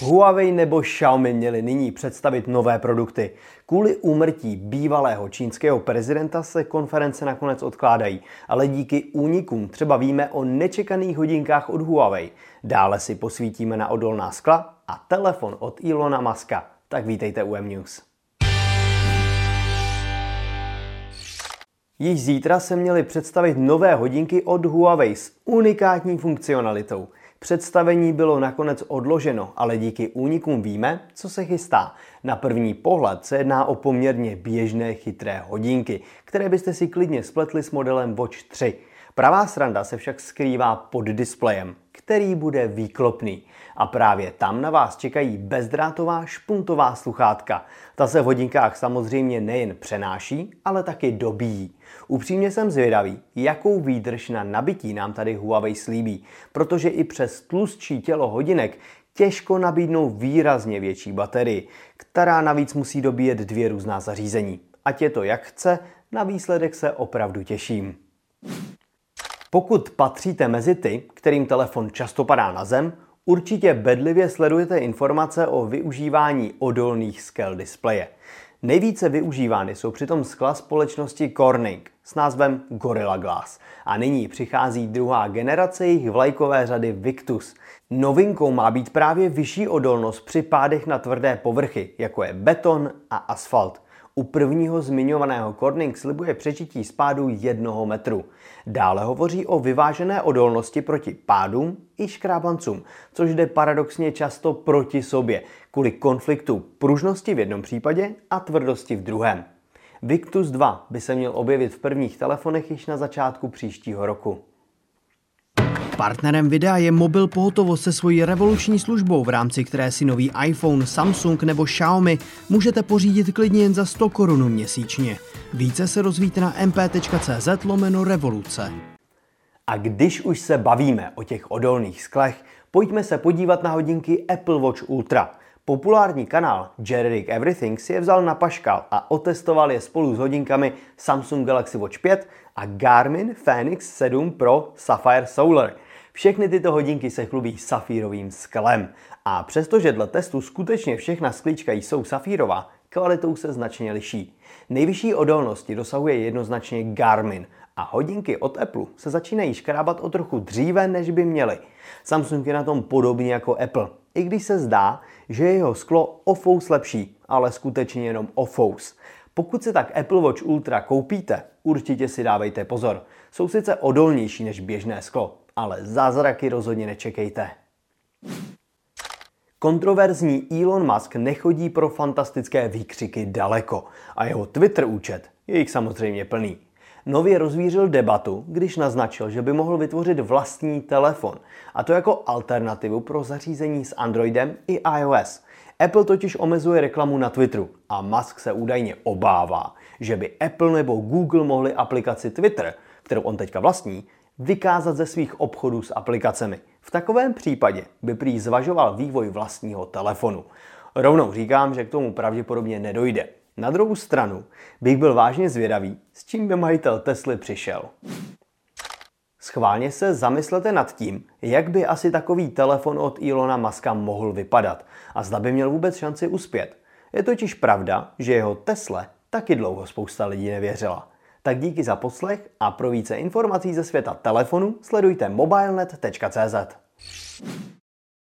Huawei nebo Xiaomi měli nyní představit nové produkty. Kvůli úmrtí bývalého čínského prezidenta se konference nakonec odkládají, ale díky únikům třeba víme o nečekaných hodinkách od Huawei. Dále si posvítíme na odolná skla a telefon od Elona Muska. Tak vítejte u M-News. Již zítra se měly představit nové hodinky od Huawei s unikátní funkcionalitou. Představení bylo nakonec odloženo, ale díky únikům víme, co se chystá. Na první pohled se jedná o poměrně běžné chytré hodinky, které byste si klidně spletli s modelem Watch 3. Pravá sranda se však skrývá pod displejem, který bude výklopný. A právě tam na vás čekají bezdrátová špuntová sluchátka. Ta se v hodinkách samozřejmě nejen přenáší, ale taky dobíjí. Upřímně jsem zvědavý, jakou výdrž na nabití nám tady Huawei slíbí, protože i přes tlustší tělo hodinek těžko nabídnou výrazně větší baterii, která navíc musí dobíjet 2 různá zařízení. Ať je to jak chce, na výsledek se opravdu těším. Pokud patříte mezi ty, kterým telefon často padá na zem, určitě bedlivě sledujete informace o využívání odolných skel displeje. Nejvíce využívány jsou přitom skla společnosti Corning s názvem Gorilla Glass a nyní přichází druhá generace jejich vlajkové řady Victus. Novinkou má být právě vyšší odolnost při pádech na tvrdé povrchy, jako je beton a asfalt. U prvního zmiňovaného Corning slibuje přežití z pádu 1 metru. Dále hovoří o vyvážené odolnosti proti pádům i škrábancům, což jde paradoxně často proti sobě, kvůli konfliktu pružnosti v jednom případě a tvrdosti v druhém. Victus 2 by se měl objevit v prvních telefonech již na začátku příštího roku. Partnerem videa je Mobil Pohotovost se svojí revoluční službou, v rámci které si nový iPhone, Samsung nebo Xiaomi můžete pořídit klidně jen za 100 korun měsíčně. Více se dozvíte na mp.cz/revoluce. A když už se bavíme o těch odolných sklech, pojďme se podívat na hodinky Apple Watch Ultra. Populární kanál Generic Everything si je vzal na paškal a otestoval je spolu s hodinkami Samsung Galaxy Watch 5 a Garmin Fenix 7 Pro Sapphire Solar. Všechny tyto hodinky se chlubí safírovým sklem. A přestože dle testu skutečně všechna sklíčka jsou safírová, kvalitou se značně liší. Nejvyšší odolnosti dosahuje jednoznačně Garmin a hodinky od Apple se začínají škrábat o trochu dříve, než by měly. Samsung je na tom podobně jako Apple, i když se zdá, že je jeho sklo o fous lepší, ale skutečně jenom o fous. Pokud si tak Apple Watch Ultra koupíte, určitě si dávejte pozor. Jsou sice odolnější než běžné sklo, ale zázraky rozhodně nečekejte. Kontroverzní Elon Musk nechodí pro fantastické výkřiky daleko a jeho Twitter účet je jich samozřejmě plný. Nově rozvířil debatu, když naznačil, že by mohl vytvořit vlastní telefon, a to jako alternativu pro zařízení s Androidem i iOS. Apple totiž omezuje reklamu na Twitteru a Musk se údajně obává, že by Apple nebo Google mohli aplikaci Twitter, kterou on teďka vlastní, vykázat ze svých obchodů s aplikacemi. V takovém případě by prý zvažoval vývoj vlastního telefonu. Rovnou říkám, že k tomu pravděpodobně nedojde. Na druhou stranu bych byl vážně zvědavý, s čím by majitel Tesly přišel. Schválně se zamyslete nad tím, jak by asi takový telefon od Elona Muska mohl vypadat a zda by měl vůbec šanci uspět. Je totiž pravda, že jeho Tesle taky dlouho spousta lidí nevěřila. Tak díky za poslech a pro více informací ze světa telefonu sledujte mobilenet.cz.